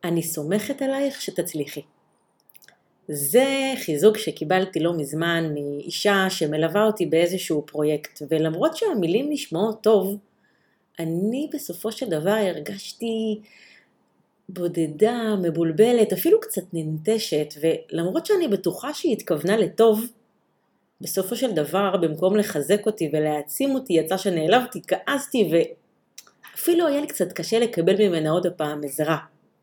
אני סומכת עלייך שתצליחי. זה חיזוק שקיבלתי לא מזמן מאישה שמלווה אותי באיזשהו פרויקט, ולמרות שהמילים נשמעות טוב, אני בסופו של דבר הרגשתי בודדה, מבולבלת, אפילו קצת ננטשת, ולמרות שאני בטוחה שהיא התכוונה לטוב, בסופו של דבר במקום לחזק אותי ולהעצים אותי יצא שנעלבתי, כעסתי ואפילו היה לי קצת קשה לקבל ממנה עוד הפעם עזרה.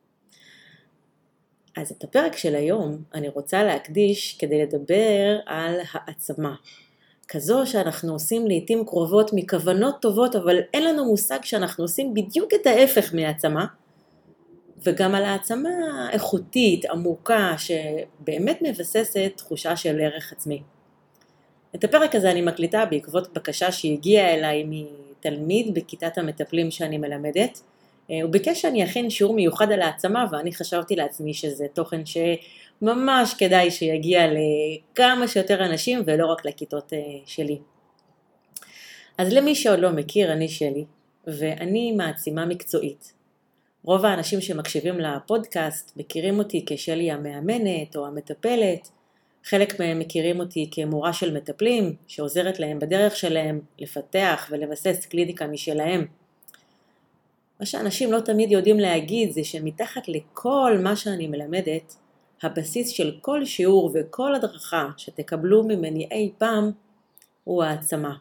אז את הפרק של היום אני רוצה להקדיש כדי לדבר על העצמה. כזו שאנחנו עושים לעתים קרובות מכוונות טובות, אבל אין לנו מושג שאנחנו עושים בדיוק את ההפך מהעצמה, וגם על העצמה איכותית, עמוקה, שבאמת מבססת תחושה של ערך עצמי. את הפרק הזה אני מקליטה בעקבות בקשה שהגיעה אליי מתלמיד בכיתת המטפלים שאני מלמדת, הוא ביקש שאני אכין שיעור מיוחד על העצמה, ואני חשבתי לעצמי שזה תוכן שממש כדאי שיגיע לכמה שיותר אנשים ולא רק לכיתות שלי. אז למי שעוד לא מכיר, אני שלי, ואני מעצימה מקצועית. רוב האנשים שמקשיבים לפודקאסט מכירים אותי כשלי המאמנת או המטפלת, חלק מהם מכירים אותי כמורה של מטפלים שעוזרת להם בדרך שלהם לפתח ולבסס קליניקה משלהם. מה שאנשים לא תמיד יודעים להגיד זה שמתחת לכל מה שאני מלמדת, הבסיס של כל שיעור וכל הדרכה שתקבלו ממני אי פעם הוא העצמה.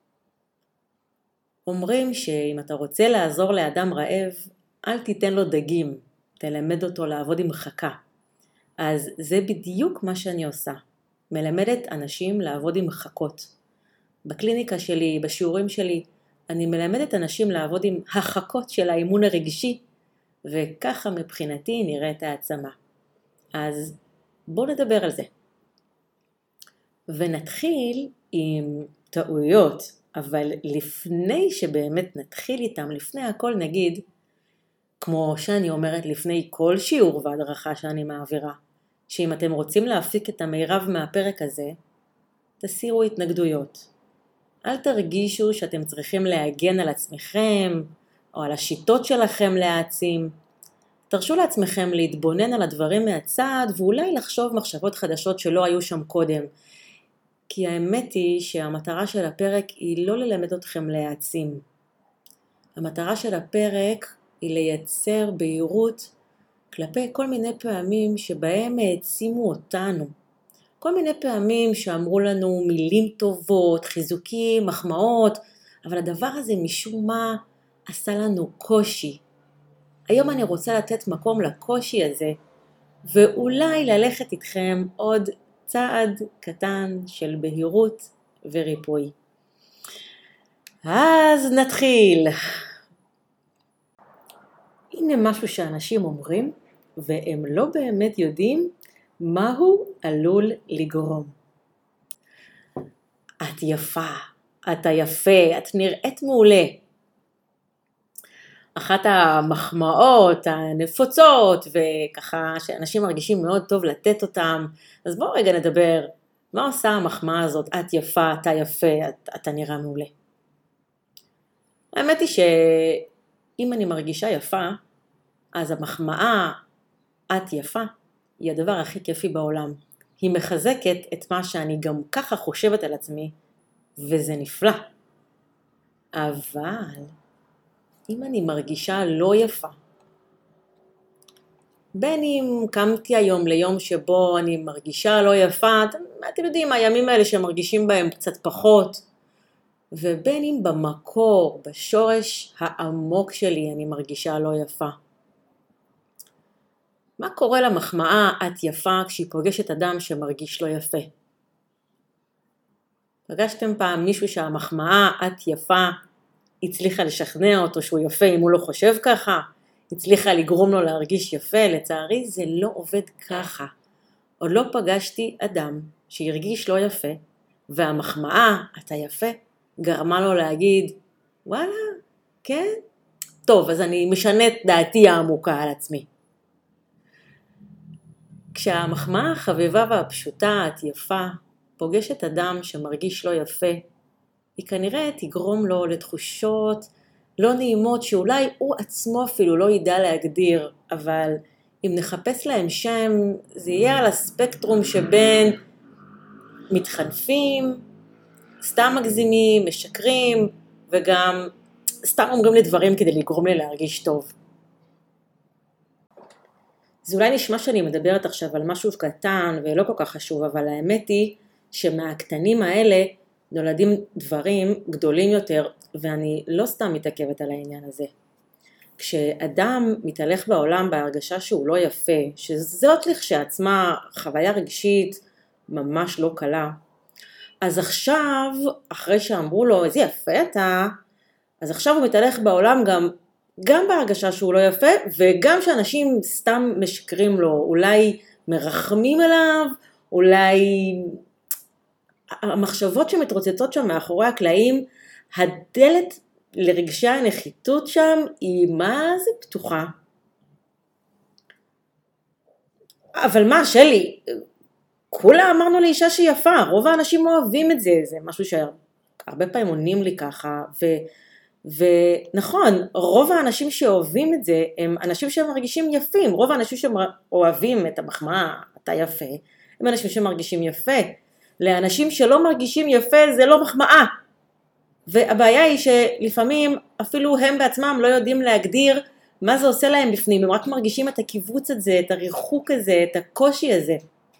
אומרים שאם אתה רוצה לעזור לאדם רעב, אל תיתן לו דגים, תלמד אותו לעבוד עם חכה. אז זה בדיוק מה שאני עושה, מלמדת אנשים לעבוד עם חכות. בקליניקה שלי, בשיעורים שלי, אני מלמדת אנשים לעבוד עם החכות של האימון הרגשי, וככה מבחינתי נראית העצמה. אז בואו נדבר על זה. ונתחיל עם טעויות, אבל לפני שבאמת נתחיל איתם, לפני הכל נגיד, כמו שאני אומרת לפני כל שיעור והדרכה שאני מעבירה, שאם אתם רוצים להפיק את המירב מהפרק הזה, תסירו התנגדויות. אל תרגישו שאתם צריכים להגן על עצמכם או על השיטות שלכם להעצים. תרשו לעצמכם להתבונן על הדברים מהצד ואולי לחשוב מחשבות חדשות שלא היו שם קודם. כי האמת היא שהמטרה של הפרק היא לא ללמד אתכם להעצים. המטרה של הפרק היא לייצר בהירות כלפי כל מיני פעמים שבהם העצימו אותנו. כל מיני פעמים שאמרו לנו מילים טובות, חיזוקים, מחמאות, אבל הדבר הזה משום מה עשה לנו קושי. היום אני רוצה לתת מקום לקושי הזה, ואולי ללכת איתכם עוד צעד קטן של בהירות וריפוי. אז נתחיל. הנה משהו שאנשים אומרים, והם לא באמת יודעים מה הוא עלול לגרום. את יפה, אתה יפה, את נראית מעולה. אחת המחמאות הנפוצות, וככה שאנשים מרגישים מאוד טוב לתת אותם, אז בואו רגע נדבר, מה עושה המחמאה הזאת? את יפה, אתה יפה, אתה נראה מעולה. האמת היא שאם אני מרגישה יפה, אז המחמאה, את יפה, היא הדבר הכי כיפי בעולם. היא מחזקת את מה שאני גם ככה חושבת על עצמי, וזה נפלא. אבל אם אני מרגישה לא יפה, בין אם קמתי היום ליום שבו אני מרגישה לא יפה, אתם יודעים, הימים האלה שמרגישים בהם קצת פחות, ובין אם במקור, בשורש העמוק שלי אני מרגישה לא יפה. מה קורה למחמאה את יפה כשהיא פוגשת אדם שמרגיש לא יפה? פגשתם פעם מישהו שהמחמאה את יפה הצליחה לשכנע אותו שהוא יפה אם הוא לא חושב ככה? הצליחה לגרום לו להרגיש יפה? לצערי זה לא עובד ככה. עוד לא פגשתי אדם שהרגיש לא יפה, והמחמאה אתה יפה גרמה לו להגיד, וואלה, כן? טוב, אז אני משנה את דעתי העמוקה על עצמי. כשהמחמאה החביבה והפשוטה את יפה פוגשת אדם שמרגיש לא יפה, היא כנראה תגרום לו לתחושות לא נעימות שאולי הוא עצמו אפילו לא ידע להגדיר, אבל אם נחפש להם שם, זה יהיה על הספקטרום שבין מתחנפים, סתם מגזימים, משקרים, וגם סתם אומרים לי דברים כדי לגרום לי להרגיש טוב. זה אולי נשמע שאני מדברת עכשיו על משהו קטן ולא כל כך חשוב, אבל האמת היא שמהקטנים האלה נולדים דברים גדולים יותר, ואני לא סתם מתעכבת על העניין הזה. כשאדם מתהלך בעולם בהרגשה שהוא לא יפה, שזאת לכשעצמה חוויה רגשית ממש לא קלה, אז עכשיו, אחרי שאמרו לו, איזה יפה אתה, אז עכשיו הוא מתהלך בעולם גם בהרגשה שהוא לא יפה, וגם שאנשים סתם משקרים לו, אולי מרחמים עליו, אולי המחשבות שמתרוצצות שם מאחורי הקלעים, הדלת לרגשי הנחיתות שם היא מה זה פתוחה. אבל מה, שלי, כולה אמרנו לאישה שהיא יפה, רוב האנשים אוהבים את זה, זה משהו שהרבה פעמים עונים לי ככה, ונכון, רוב האנשים שאוהבים את זה הם אנשים שמרגישים יפים, רוב האנשים שאוהבים את המחמאה, אתה יפה, הם אנשים שמרגישים יפה, לאנשים שלא מרגישים יפה זה לא מחמאה, והבעיה היא שלפעמים אפילו הם בעצמם לא יודעים להגדיר מה זה עושה להם בפנים, הם רק מרגישים את הקיבוץ הזה, את הריחוק הזה, את הקושי הזה.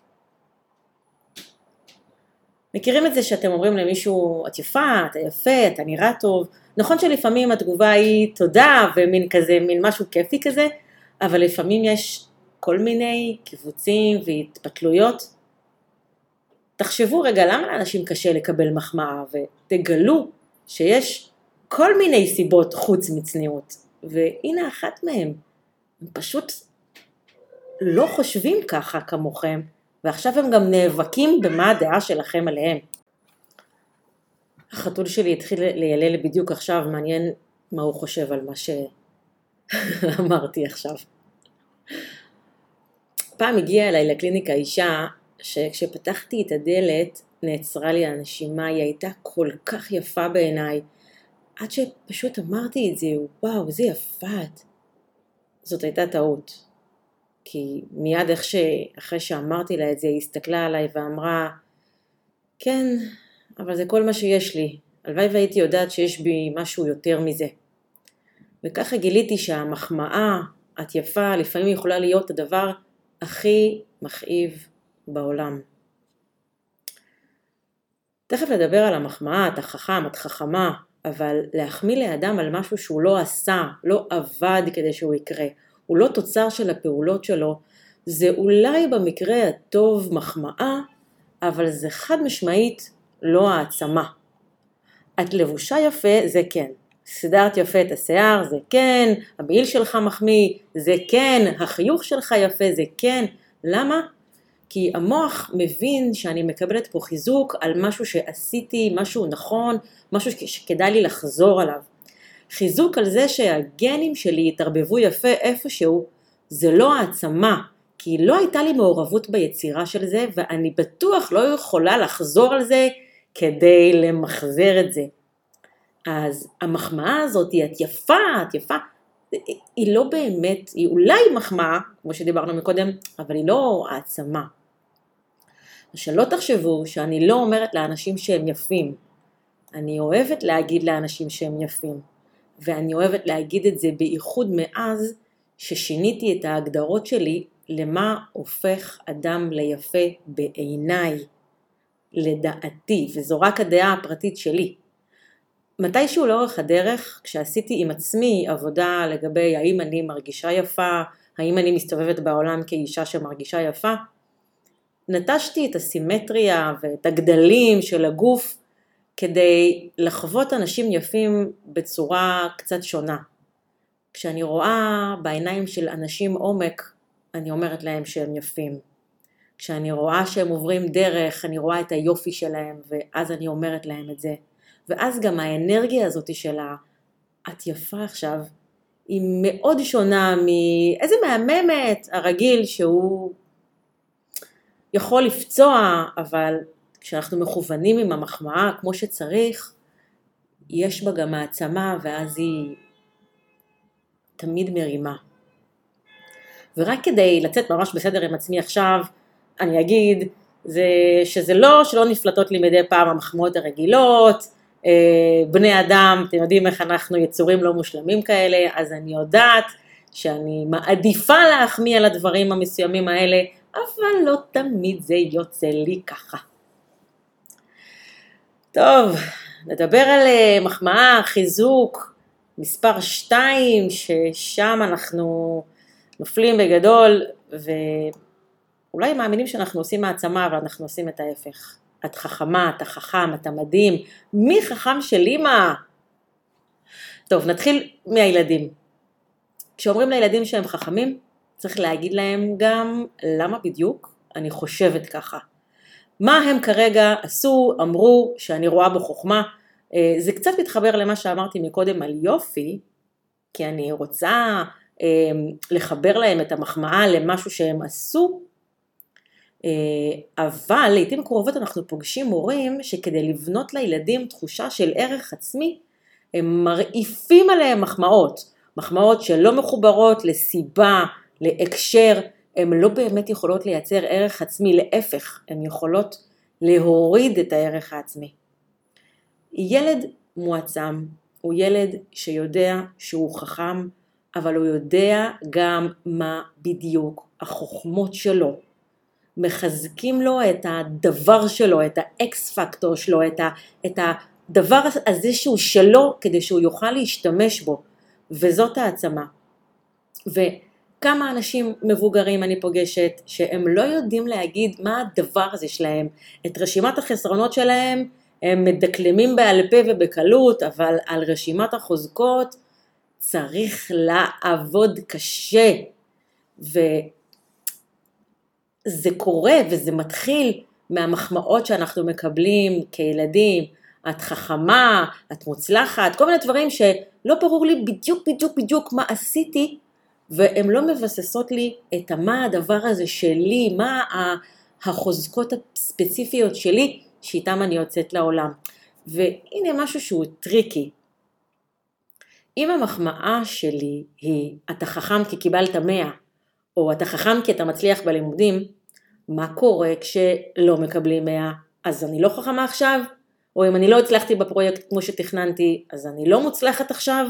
מכירים את זה שאתם אומרים למישהו, את יפה, אתה יפה, אתה נראה טוב, נכון שלפעמים התגובה היא תודה ומין כזה, מין משהו כיפי כזה, אבל לפעמים יש כל מיני קיבוצים והתפתלויות. תחשבו רגע, למה לאנשים קשה לקבל מחמאה, ותגלו שיש כל מיני סיבות חוץ מצניעות, והנה אחת מהם, הם פשוט לא חושבים ככה כמוכם, ועכשיו הם גם נאבקים במה הדעה שלכם עליהם. החתול שלי התחיל לילל בדיוק עכשיו, מעניין מה הוא חושב על מה שאמרתי עכשיו. פעם הגיעה אליי לקליניקה אישה, שכשפתחתי את הדלת נעצרה לי הנשימה, היא הייתה כל כך יפה בעיניי, עד שפשוט אמרתי את זה, וואו, זה יפת. זאת הייתה טעות. כי מיד אחרי שאמרתי לה את זה, היא הסתכלה עליי ואמרה, כן, אבל זה כל מה שיש לי. הלוואי והייתי יודעת שיש בי משהו יותר מזה. וככה גיליתי שהמחמאה, את יפה, לפעמים יכולה להיות הדבר הכי מכאיב בעולם. תכף נדבר על המחמאה, את החכם, את חכמה, אבל להחמיא לאדם על משהו שהוא לא עשה, לא עבד כדי שהוא יקרה, הוא לא תוצר של הפעולות שלו, זה אולי במקרה הטוב מחמאה, אבל זה חד משמעית לא העצמה. את לבושה יפה, זה כן. סדרת יפה את השיער, זה כן. המעיל שלך מחמיא, זה כן. החיוך שלך יפה, זה כן. למה? כי המוח מבין שאני מקבלת פה חיזוק על משהו שעשיתי, משהו נכון, משהו שכדאי לי לחזור עליו. חיזוק על זה שהגנים שלי יתערבבו יפה איפשהו, זה לא העצמה, כי לא הייתה לי מעורבות ביצירה של זה, ואני בטוח לא יכולה לחזור על זה כדי למחזר את זה. אז המחמאה הזאת, את יפה, היא לא באמת, היא אולי מחמאה, כמו שדיברנו מקודם, אבל היא לא העצמה. שלא תחשבו שאני לא אומרת לאנשים שהם יפים, אני אוהבת להגיד לאנשים שהם יפים, ואני אוהבת להגיד את זה בייחוד מאז ששיניתי את ההגדרות שלי למה הופך אדם ליפה בעיניי, לדעתי, וזו רק הדעה הפרטית שלי. מתישהו לאורך הדרך, כשעשיתי עם עצמי עבודה לגבי האם אני מרגישה יפה, האם אני מסתובבת בעולם כאישה שמרגישה יפה, נטשתי את הסימטריה ואת הגדלים של הגוף, כדי לחוות אנשים יפים בצורה קצת שונה. כשאני רואה בעיניים של אנשים עומק, אני אומרת להם שהם יפים. כשאני רואה שהם עוברים דרך, אני רואה את היופי שלהם, ואז אני אומרת להם את זה. ואז גם האנרגיה הזאת של את יפה עכשיו, היא מאוד שונה מאיזה מהממת הרגיל שהוא יכול לפצוע, אבל כשאנחנו מכוונים עם המחמאה כמו שצריך, יש בה גם העצמה, ואז היא תמיד מרימה. ורק כדי לצאת ממש בסדר עם עצמי עכשיו, אני אגיד שזה שלא נפלטות לי מדי פעם המחמאות הרגילות, בני אדם, אתם יודעים איך אנחנו יצורים לא מושלמים כאלה, אז אני יודעת שאני מעדיפה להחמיא על הדברים המסוימים האלה, אבל לא תמיד זה יוצא לי ככה. טוב, נדבר על מחמאה, חיזוק, מספר 2, ששם אנחנו נופלים בגדול, ואולי מאמינים שאנחנו עושים העצמה, אבל אנחנו עושים את ההפך. את חכמה, אתה חכם, אתה מדהים, מי חכם של אמא? טוב, נתחיל מהילדים. כשאומרים לילדים שהם חכמים, צריך להגיד להם גם למה בדיוק אני חושבת ככה. מה הם כרגע עשו, אמרו שאני רואה בחוכמה. זה קצת מתחבר למה שאמרתי מקודם על יופי, כי אני רוצה לחבר להם את המחמאה למשהו שהם עשו, אבל לעתים קרובות אנחנו פוגשים הורים שכדי לבנות לילדים תחושה של ערך עצמי, הם מרעיפים עליהם מחמאות שלא מחוברות לסיבה, להקשר, הן לא באמת יכולות לייצר ערך עצמי, להפך, הן יכולות להוריד את הערך העצמי. ילד מועצם הוא ילד שיודע שהוא חכם, אבל הוא יודע גם מה בדיוק החוכמות שלו. מחזקים לו את הדבר שלו, את האקס פקטור שלו, את הדבר הזה שהוא שלו, כדי שהוא יוכל להשתמש בו, וזאת העצמה. וכמה אנשים מבוגרים אני פוגשת, שהם לא יודעים להגיד מה הדבר הזה שלהם, את רשימת החסרונות שלהם, הם מדקלמים בעל פה ובקלות, אבל על רשימת החוזקות צריך לעבוד קשה, זה קורה וזה מתחיל מהמחמאות שאנחנו מקבלים כילדים, את חכמה, את מוצלחת, כל מיני דברים שלא ברור לי בדיוק מה עשיתי, והן לא מבססות לי את מה הדבר הזה שלי, מה החוזקות הספציפיות שלי, שאיתם אני יוצאת לעולם. והנה משהו שהוא טריקי. אם המחמאה שלי היא, אתה חכם כי קיבלת 100, או אתה חכם כי אתה מצליח בלימודים, מה קורה כשלא מקבלים 100? אז אני לא חכמה עכשיו? או אם אני לא הצלחתי בפרויקט כמו שתכננתי, אז אני לא מוצלחת עכשיו?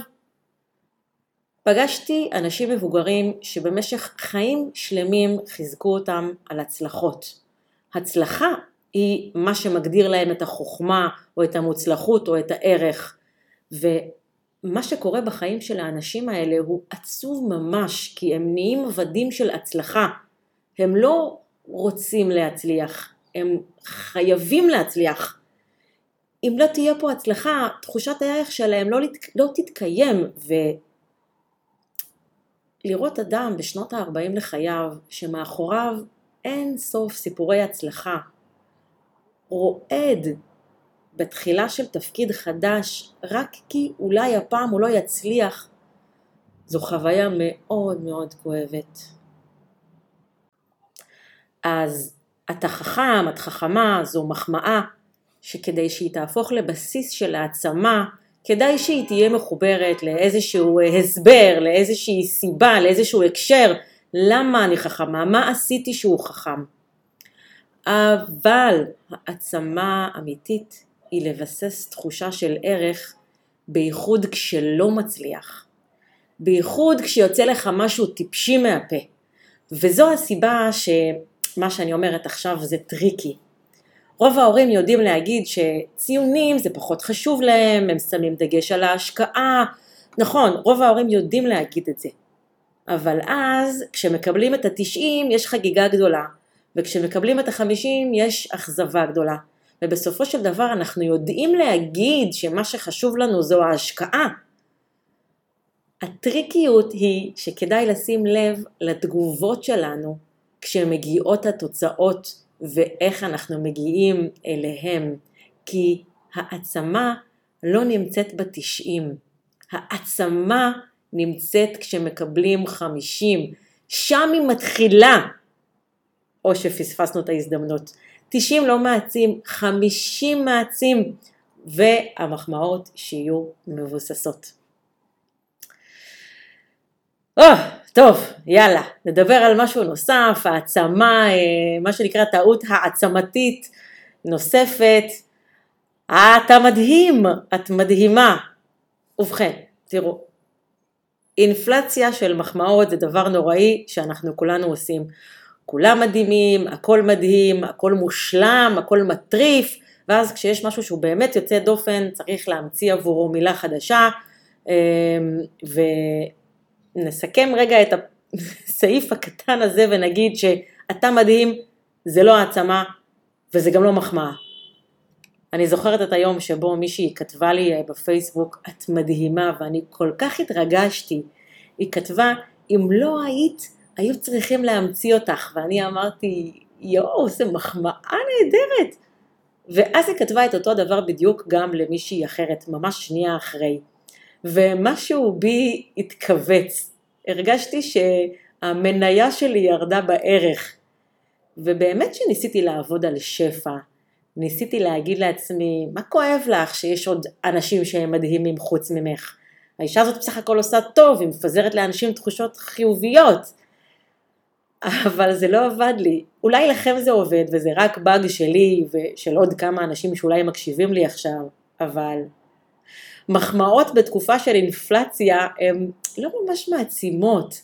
פגשתי אנשים מבוגרים שבמשך חיים שלמים חיזקו אותם על הצלחות. הצלחה היא מה שמגדיר להם את החוכמה, או את המוצלחות, או את הערך. ומה שקורה בחיים של האנשים האלה הוא עצוב ממש, כי הם נהיים עבדים של הצלחה. הם לא רוצים להצליח, הם חייבים להצליח. אם לא תהיה פה הצלחה, תחושת הערך שלהם לא תתקיים, ולראות אדם בשנות ה-40 לחייו, שמאחוריו אין סוף סיפורי הצלחה, רועד בתחילה של תפקיד חדש, רק כי אולי הפעם הוא לא יצליח, זו חוויה מאוד מאוד כואבת. אז אתה חכם, את חכמה, זו מחמאה, שכדי שהיא תהפוך לבסיס של העצמה, כדאי שהיא תהיה מחוברת לאיזשהו הסבר, לאיזושהי סיבה, לאיזשהו הקשר, למה אני חכמה, מה עשיתי שהוא חכם. אבל העצמה אמיתית היא לבסס תחושה של ערך, בייחוד כשלא מצליח. בייחוד כשיוצא לך משהו טיפשי מהפה. וזו הסיבה שמה שאני אומרת עכשיו זה טריקי. רוב ההורים יודעים להגיד שציונים זה פחות חשוב להם, הם שמים דגש על ההשקעה. נכון, רוב ההורים יודעים להגיד את זה. אבל אז כשמקבלים את ה-90 יש חגיגה גדולה, וכשמקבלים את ה-50 יש אכזבה גדולה. ובסופו של דבר אנחנו יודעים להגיד שמה שחשוב לנו זו ההשקעה. הטריקיות היא שכדאי לשים לב לתגובות שלנו כשמגיעות התוצאות ואיך אנחנו מגיעים אליהם, כי העצמה לא נמצאת ב-90, העצמה נמצאת כשמקבלים 50, שם היא מתחילה, או שפספסנו את ההזדמנות. 90 לא מעצים, 50 מעצים, והמחמאות שיהיו מבוססות. טוב, יאללה, נדבר על משהו נוסף, העצמה, מה שנקרא טעות העצמתית נוספת. אתה מדהים, את מדהימה. ובכן, תראו, אינפלציה של מחמאות זה דבר נוראי שאנחנו כולנו עושים. כולם מדהימים, הכל מדהים, הכל מושלם, הכל מטריף, ואז כשיש משהו שהוא באמת יוצא דופן, צריך להמציא עבורו מילה חדשה, ונסכם רגע את הסעיף הקטן הזה ונגיד שאתה מדהים, זה לא העצמה וזה גם לא מחמאה. אני זוכרת את היום שבו מישהי כתבה לי בפייסבוק, את מדהימה, ואני כל כך התרגשתי. היא כתבה, אם לא היית, היו צריכים להמציא אותך, ואני אמרתי, יואו, זה מחמאה נהדרת. ואז היא כתבה את אותו דבר בדיוק גם למישהי אחרת, ממש שנייה אחרי. ומשהו בי התכווץ. הרגשתי שהמניה שלי ירדה בערך. ובאמת שניסיתי לעבוד על שפע, ניסיתי להגיד לעצמי, מה כואב לך שיש עוד אנשים שהם מדהימים חוץ ממך? האישה הזאת בסך הכל עושה טוב, היא מפזרת לאנשים תחושות חיוביות. אבל זה לא עבד לי. אולי לכם זה עובד, וזה רק באג שלי ושל עוד כמה אנשים שאולי מקשיבים לי עכשיו, אבל מחמאות בתקופה של אינפלציה הן לא ממש מעצימות.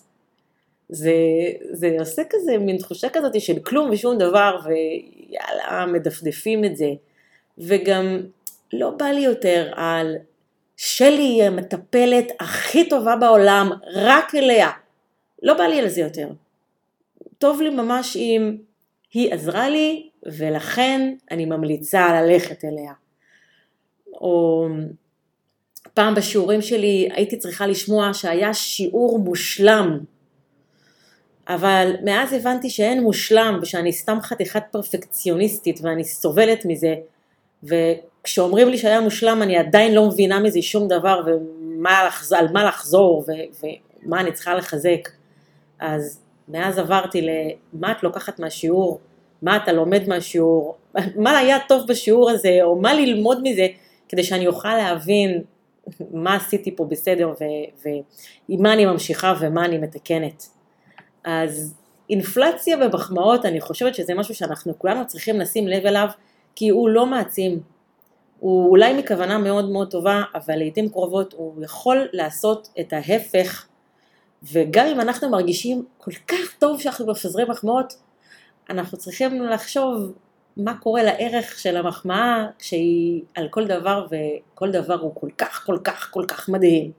זה עושה כזה מין תחושה כזאת של כלום ושום דבר, ויאללה, מדפדפים את זה. וגם לא בא לי יותר על שלי היא המטפלת הכי טובה בעולם, רק אליה. לא בא לי על זה יותר. טוב לי ממש אם היא עזרה לי, ולכן אני ממליצה ללכת אליה. או פעם בשיעורים שלי הייתי צריכה לשמוע שהיה שיעור מושלם, אבל מאז הבנתי שאין מושלם, ושאני סתם חתיכת פרפקציוניסטית, ואני סובלת מזה, וכשאומרים לי שהיה מושלם, אני עדיין לא מבינה מזה שום דבר, על מה לחזור, ומה אני צריכה לחזק. אז מאז עברתי למה את לוקחת מהשיעור, מה אתה לומד מהשיעור, מה היה טוב בשיעור הזה, או מה ללמוד מזה, כדי שאני אוכל להבין מה עשיתי פה בסדר, ועם מה אני ממשיכה ומה אני מתקנת. אז אינפלציה במחמאות, אני חושבת שזה משהו שאנחנו כולנו צריכים לשים לב אליו, כי הוא לא מעצים. הוא אולי מכוונה מאוד מאוד טובה, אבל לעתים קרובות הוא יכול לעשות את ההפך, וגם אם אנחנו מרגישים כל כך טוב שאנחנו מפזרים מחמאות, אנחנו צריכים לחשוב מה קורה לערך של המחמאה, כשהיא על כל דבר, וכל דבר הוא כל כך כל כך כל כך מדהים.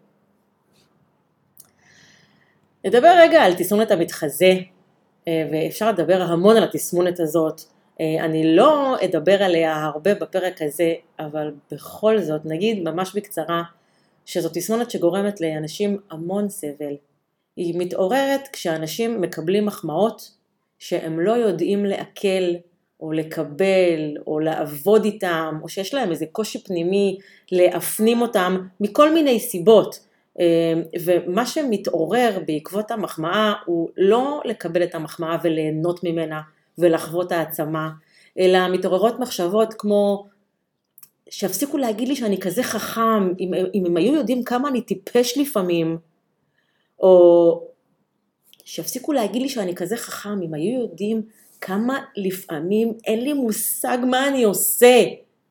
נדבר רגע על תסמונת המתחזה, ואפשר לדבר המון על התסמונת הזאת. אני לא אדבר עליה הרבה בפרק הזה, אבל בכל זאת נגיד ממש בקצרה, שזו תסמונת שגורמת לאנשים המון סבל. היא מתעוררת כשאנשים מקבלים מחמאות שהם לא יודעים לעכל או לקבל או לעבוד איתם, או שיש להם איזה קושי פנימי להפנים אותם מכל מיני סיבות. ומה שמתעורר בעקבות המחמאה הוא לא לקבל את המחמאה וליהנות ממנה ולחוות העצמה, אלא מתעוררות מחשבות כמו שיפסיקו להגיד לי שאני כזה חכם, אם הם היו יודעים כמה אני טיפש לפעמים, או שיפסיקו להגיד לי שאני כזה חכם, אם היו יודעים כמה לפעמים אין לי מושג מה אני עושה,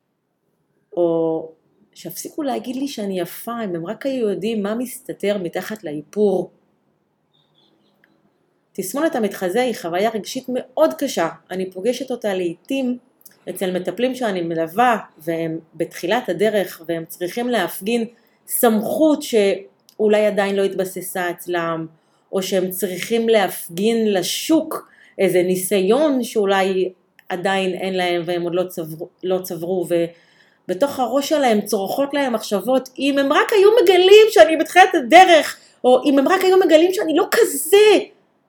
או שיפסיקו להגיד לי שאני יפה, אם הם רק היו יודעים מה מסתתר מתחת לאיפור. תסמונת המתחזה היא חוויה רגשית מאוד קשה, אני פוגשת אותה לעתים אצל מטפלים שאני מלווה, והם בתחילת הדרך, והם צריכים להפגין סמכות שאולי עדיין לא התבססה אצלם, או שהם צריכים להפגין לשוק איזה ניסיון שאולי עדיין אין להם, והם עוד לא צברו, ובתוך הראש שלהם צורכות להם מחשבות, אם הם רק היו מגלים שאני בתחילת הדרך, או אם הם רק היו מגלים שאני לא כזה.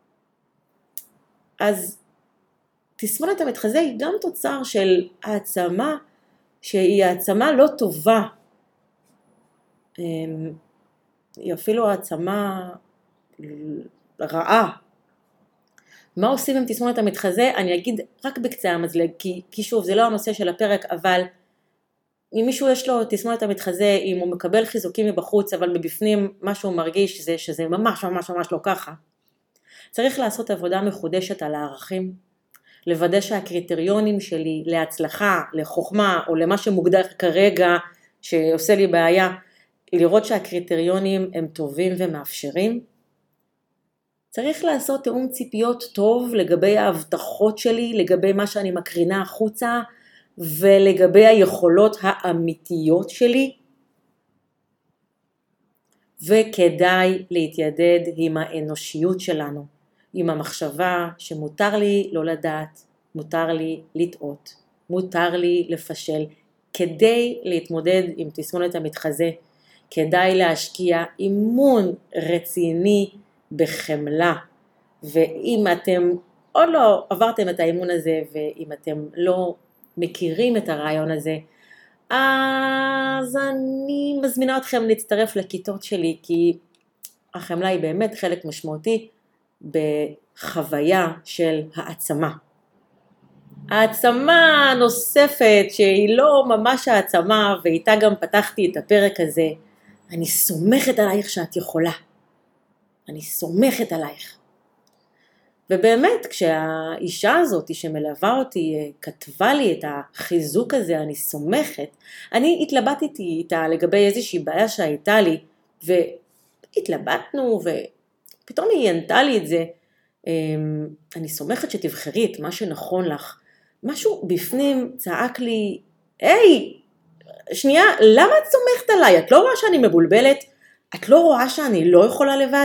אז תסמונת המתחזה היא גם תוצר של העצמה, שהיא העצמה לא טובה. היא אפילו העצמה רעה. מה עושים עם תסמונת המתחזה? אני אגיד רק בקצה המזלג, כי שוב, זה לא הנושא של הפרק, אבל אם מישהו יש לו תסמונת המתחזה, אם הוא מקבל חיזוקים מבחוץ, אבל מבפנים מה שהוא מרגיש זה שזה ממש ממש ממש לא ככה. צריך לעשות עבודה מחודשת על הערכים, לוודא שהקריטריונים שלי להצלחה, לחוכמה או למה שמוגדר כרגע שעושה לי בעיה, לראות שהקריטריונים הם טובים ומאפשרים. צריך לעשות תאום ציפיות טוב לגבי ההבטחות שלי, לגבי מה שאני מקרינה החוצה, ולגבי היכולות האמיתיות שלי. וכדאי להתיידד עם האנושיות שלנו, עם המחשבה שמותר לי לא לדעת, מותר לי לטעות, מותר לי לפשל. כדי להתמודד עם תסמונת המתחזה, כדאי להשקיע אימון רציני בחמלה. ואם אתם עוד לא עברתם את האימון הזה, ואם אתם לא מכירים את הרעיון הזה, אז אני מזמינה אתכם להצטרף לכיתות שלי, כי החמלה היא באמת חלק משמעותי בחוויה של העצמה. העצמה נוספת שהיא לא ממש העצמה, ואיתה גם פתחתי את הפרק הזה, אני סומכת עלייך שאת יכולה. אני סומכת עלייך. ובאמת כשהאישה הזאת שמלווה אותי כתבה לי את החיזוק הזה, אני סומכת, אני התלבטתי איתה לגבי איזושהי בעיה שהייתה לי, והתלבטנו ופתאום היא ענתה לי את זה, אני סומכת שתבחרי את מה שנכון לך. משהו בפנים צעק לי, היי, שנייה, למה את סומכת עליי? את לא רואה שאני מבולבלת? את לא רואה שאני לא יכולה לבד?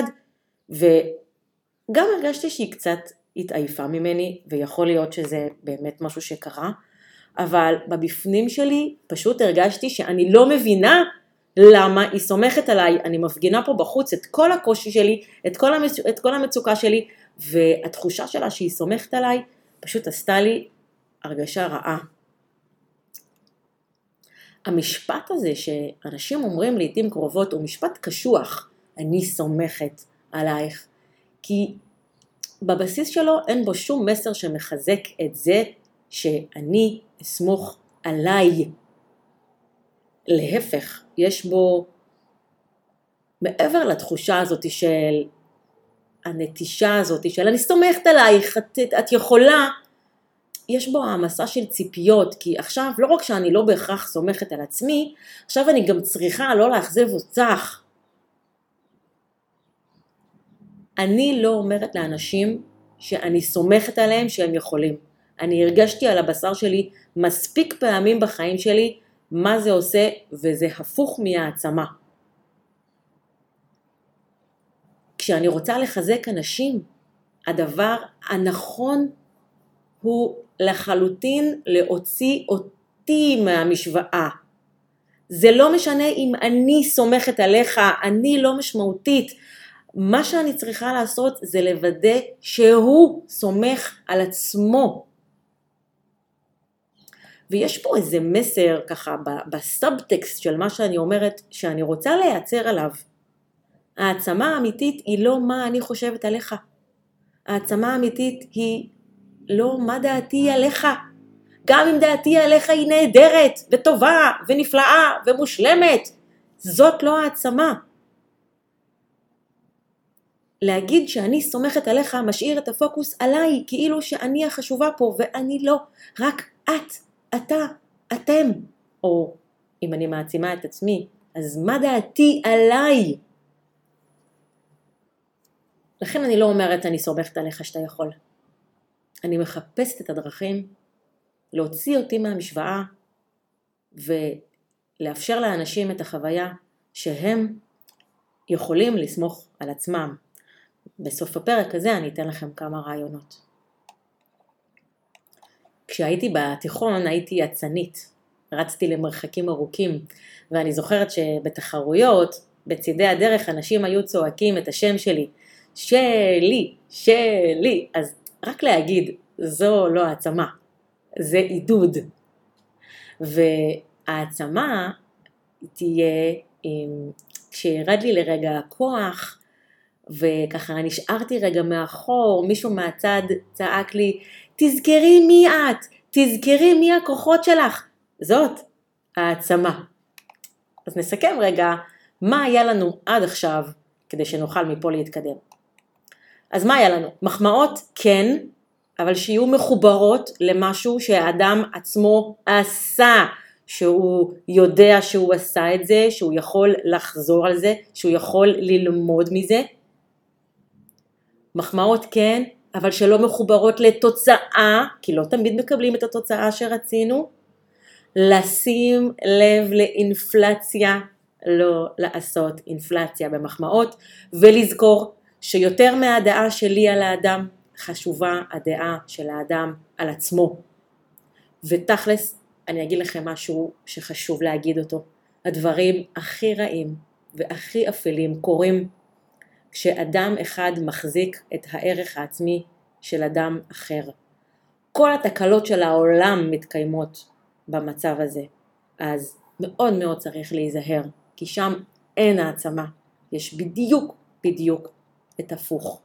וגם הרגשתי שהיא קצת התעייפה ממני, ויכול להיות שזה באמת משהו שקרה, אבל בבפנים שלי פשוט הרגשתי שאני לא מבינה למה היא סומכת עליי. אני מפגינה פה בחוץ את כל הקושי שלי, את כל המצוקה שלי, והתחושה שלה שהיא סומכת עליי פשוט עשתה לי הרגשה רעה. המשפט הזה שאנשים אומרים לעתים קרובות הוא משפט קשוח, אני סומכת עלייך, כי בבסיס שלו אין בו שום מסר שמחזק את זה שאני אסמוך עליי. להפך, יש בו מעבר לתחושה הזאת של הנטישה הזאת של אני סומכת עלייך, את יכולה, יש בו העמסה של ציפיות, כי עכשיו לא רק שאני לא בהכרח סומכת על עצמי, עכשיו אני גם צריכה לא לאכזב אותך. אני לא אומרת לאנשים שאני סומכת עליהם שהם יכולים. אני הרגשתי על הבשר שלי מספיק פעמים בחיים שלי מה זה עושה, וזה הפוך מהעצמה. כשאני רוצה לחזק אנשים, הדבר הנכון הוא לחלוטין להוציא אותי מהמשוואה. זה לא משנה אם אני סומכת עליך, אני לא משמעותית. מה שאני צריכה לעשות זה לוודא שהוא סומך על עצמו. ויש פה איזה מסר ככה בסאבטקסט של מה שאני אומרת, שאני רוצה לייצר עליו. העצמה האמיתית היא לא מה אני חושבת עליך. העצמה האמיתית היא לא מה דעתי עליך. גם אם דעתי עליך היא נהדרת וטובה ונפלאה ומושלמת, זאת לא העצמה. להגיד שאני סומכת עליך משאיר את הפוקוס עליי, כאילו שאני החשובה פה ואני לא, רק את, אתה, אתם. או אם אני מעצימה את עצמי, אז מה דעתי עליי? לכן אני לא אומרת אני סומכת עליך שאתה יכול. אני מחפשת את הדרכים להוציא אותי מהמשוואה ולאפשר לאנשים את החוויה שהם יכולים לסמוך על עצמם. בסוף הפרק הזה אני אתן לכם כמה רעיונות. כשהייתי בתיכון הייתי עצנית, רצתי למרחקים ארוכים, ואני זוכרת שבתחרויות, בצידי הדרך אנשים היו צועקים את השם שלי, שלי, שלי, אז רק להגיד, זו לא העצמה, זה עידוד. והעצמה תהיה, כשירד לי לרגע הכוח, וככה נשארתי רגע מאחור, מישהו מהצד צעק לי, תזכרי מי את, תזכרי מי הכוחות שלך. זאת העצמה. אז נסכם רגע מה היה לנו עד עכשיו כדי שנוכל מפה להתקדם. אז מה היה לנו? מחמאות כן, אבל שיהיו מחוברות למשהו שהאדם עצמו עשה, שהוא יודע שהוא עשה את זה, שהוא יכול לחזור על זה, שהוא יכול ללמוד מזה. מחמאות כן, אבל שלא מחוברות לתוצאה, כי לא תמיד מקבלים את התוצאה שרצינו. לשים לב לאינפלציה, לא לעשות אינפלציה במחמאות, ולזכור שיותר מהדעה שלי על האדם, חשובה הדעה של האדם על עצמו. ותכלס, אני אגיד לכם משהו שחשוב להגיד אותו. הדברים הכי רעים והכי אפלים קורים כשאדם אחד מחזיק את הערך העצמי של אדם אחר. כל התקלות של העולם מתקיימות במצב הזה. אז מאוד מאוד צריך להיזהר, כי שם אין העצמה. יש בדיוק את הפוך.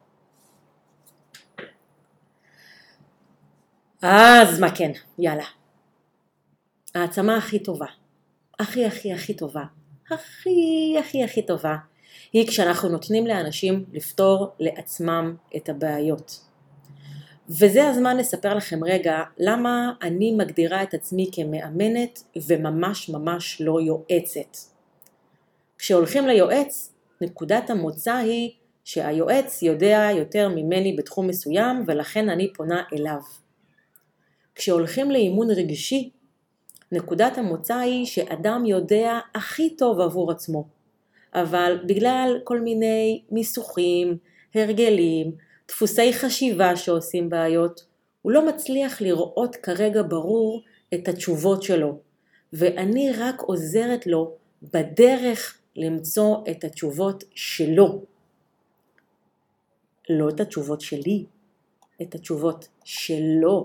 אז מה כן? יאללה. העצמה הכי טובה, הכי טובה, הכי טובה, היא כשאנחנו נותנים לאנשים לפתור לעצמם את הבעיות. וזה הזמן לספר לכם רגע למה אני מגדירה את עצמי כמאמנת וממש לא יועצת. כשהולכים ליועץ, נקודת המוצא היא שהיועץ יודע יותר ממני בתחום מסוים ולכן אני פונה אליו. כשהולכים לאימון רגשי, נקודת המוצא היא שאדם יודע הכי טוב עבור עצמו, אבל בגלל כל מיני מיסוכים, הרגלים, דפוסי חשיבה שעושים בעיות, הוא לא מצליח לראות כרגע ברור את התשובות שלו, ואני רק עוזרת לו בדרך למצוא את התשובות שלו. לא את התשובות שלי, את התשובות שלו.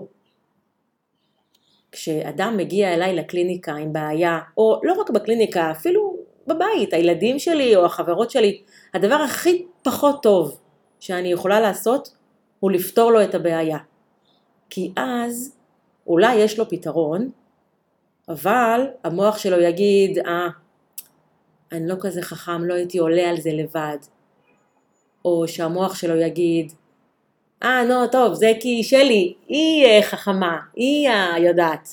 כשאדם מגיע אליי לקליניקה עם בעיה, או לא רק בקליניקה, אפילו בבית, הילדים שלי או החברות שלי, הדבר הכי פחות טוב שאני יכולה לעשות הוא לפתור לו את הבעיה. כי אז אולי יש לו פתרון, אבל המוח שלו יגיד, אני לא כזה חכם, לא הייתי עולה על זה לבד. או שהמוח שלו יגיד, טוב, זה כי שלי, היא חכמה, היא יודעת.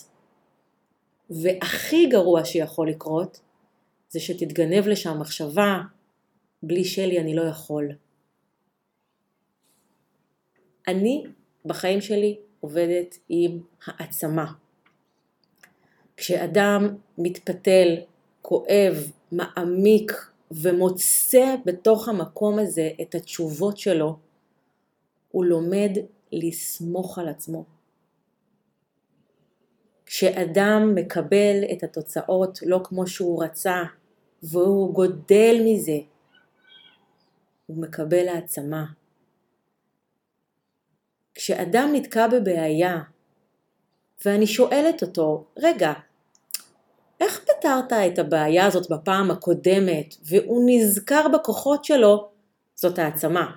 והכי גרוע שיכול לקרות, זה שתתגנב לשם מחשבה, בלי שלי אני לא יכול. אני בחיים שלי עובדת עם העצמה. כשאדם מתפתל, כואב, מעמיק ומוצא בתוך המקום הזה את התשובות שלו, הוא לומד לסמוך על עצמו. כשאדם מקבל את התוצאות לא כמו שהוא רצה, והוא גודל מזה, הוא מקבל העצמה. כשאדם נתקע בבעיה, ואני שואלת אותו, רגע, איך פתרת את הבעיה הזאת בפעם הקודמת, והוא נזכר בכוחות שלו, זאת העצמה.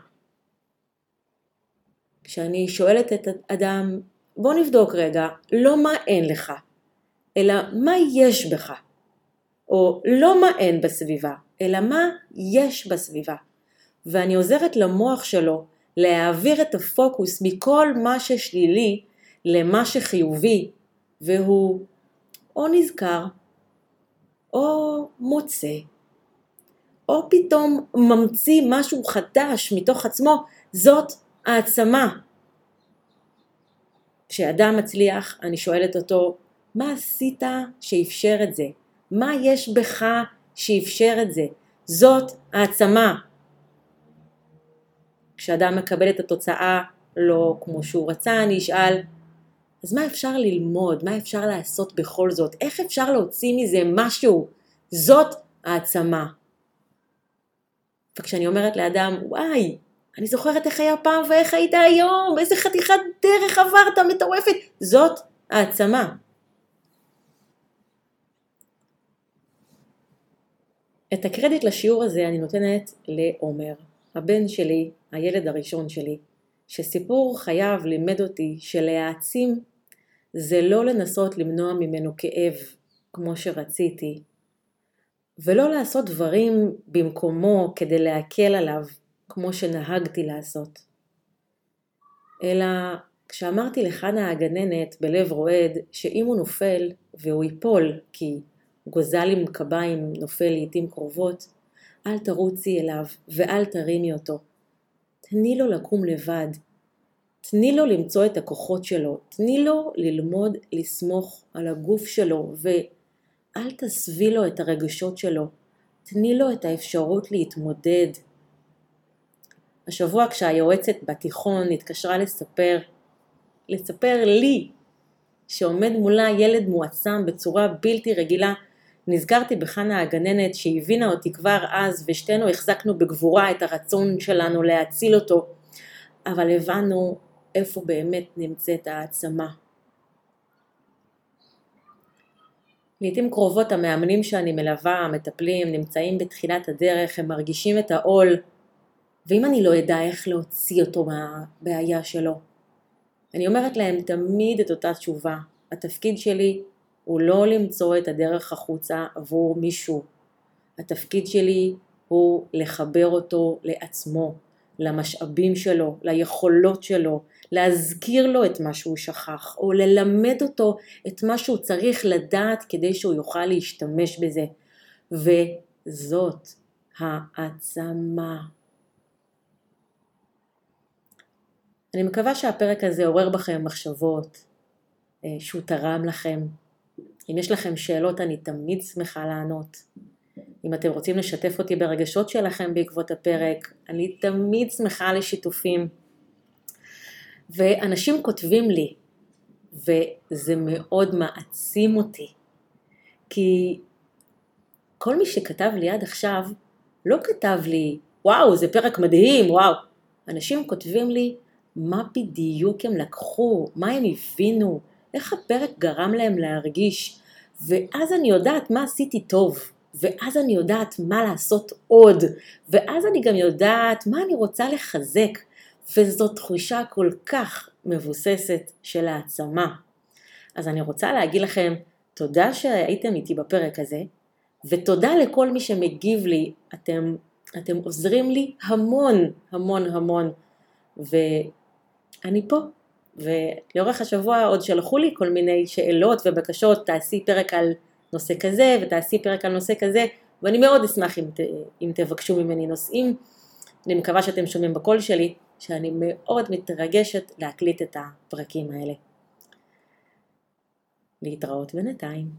כשאני שואלת את האדם, בוא נבדוק רגע, לא מה אין לך, אלא מה יש בך, או לא מה אין בסביבה, אלא מה יש בסביבה. ואני עוזרת למוח שלו להעביר את הפוקוס מכל מה ששלילי למה שחיובי, והוא או נזכר, או מוצא, או פתאום ממציא משהו חדש מתוך עצמו, זאת העצמה. כשאדם מצליח, אני שואלת אותו, מה עשית שאפשר את זה? מה יש בך שאפשר את זה? זאת העצמה. כשאדם מקבל את התוצאה לא כמו שהוא רצה, אני אשאל, אז מה אפשר ללמוד? מה אפשר לעשות בכל זאת? איך אפשר להוציא מזה משהו? זאת העצמה. וכשאני אומרת לאדם, וואי, אני זוכרת איך היה פעם ואיך היית היום, איזה חתיכת דרך עברת מטורפת, זאת העצמה. את הקרדיט לשיעור הזה אני נותנת לעומר, הבן שלי, הילד הראשון שלי, שסיפור חייו לימד אותי שלהעצים זה לא לנסות למנוע ממנו כאב, כמו שרציתי, ולא לעשות דברים במקומו כדי להקל עליו כמו שנהגתי לעשות. אלא כשאמרתי לחנה הגננת בלב רועד שאם הוא נופל והוא ייפול כי גוזל עם קביים נופל לעתים קרובות, אל תרוצי אליו ואל תרימי אותו. תני לו לקום לבד. תני לו למצוא את הכוחות שלו. תני לו ללמוד לסמוך על הגוף שלו ואל תסבי לו את הרגשות שלו. תני לו את האפשרות להתמודד. השבוע כשהיועצת בתיכון התקשרה לספר לי שעומד מולה ילד מועצם בצורה בלתי רגילה, נזכרתי בחנה הגננת שהבינה אותי כבר אז ושתינו החזקנו בגבורה את הרצון שלנו להציל אותו, אבל הבנו איפה באמת נמצאת העצמה. לעתים קרובות המאמנים שאני מלווה, המטפלים, נמצאים בתחילת הדרך, הם מרגישים את העול, ואם אני לא יודע איך להוציא אותו מהבעיה שלו, אני אומרת להם תמיד את אותה תשובה. התפקיד שלי הוא לא למצוא את הדרך החוצה עבור מישהו. התפקיד שלי הוא לחבר אותו לעצמו, למשאבים שלו, ליכולות שלו, להזכיר לו את מה שהוא שכח, או ללמד אותו את מה שהוא צריך לדעת כדי שהוא יוכל להשתמש בזה. וזאת העצמה. אני מקווה שהפרק הזה עורר בכם מחשבות, שהוא תרם לכם. אם יש לכם שאלות אני תמיד שמחה לענות. אם אתם רוצים לשתף אותי ברגשות שלכם בעקבות הפרק, אני תמיד שמחה לשיתופים. ואנשים כותבים לי, וזה מאוד מעצים אותי. כי כל מי שכתב לי עד עכשיו, לא כתב לי, וואו, זה פרק מדהים, וואו. אנשים כותבים לי, מה בדיוק הם לקחו, מה הם הבינו, איך הפרק גרם להם להרגיש, ואז אני יודעת מה עשיתי טוב, ואז אני יודעת מה לעשות עוד, ואז אני גם יודעת מה אני רוצה לחזק, וזאת תחושה כל כך מבוססת של העצמה. אז אני רוצה להגיד לכם, תודה שהייתם איתי בפרק הזה, ותודה לכל מי שמגיב לי, אתם עוזרים לי המון, המון, המון, ואני פה, ולאורך השבוע עוד שלחו לי כל מיני שאלות ובקשות, תעשי פרק על נושא כזה, ותעשי פרק על נושא כזה, ואני מאוד אשמח אם תבקשו ממני נושאים. אני מקווה שאתם שומעים בקול שלי, שאני מאוד מתרגשת להקליט את הפרקים האלה. להתראות בינתיים.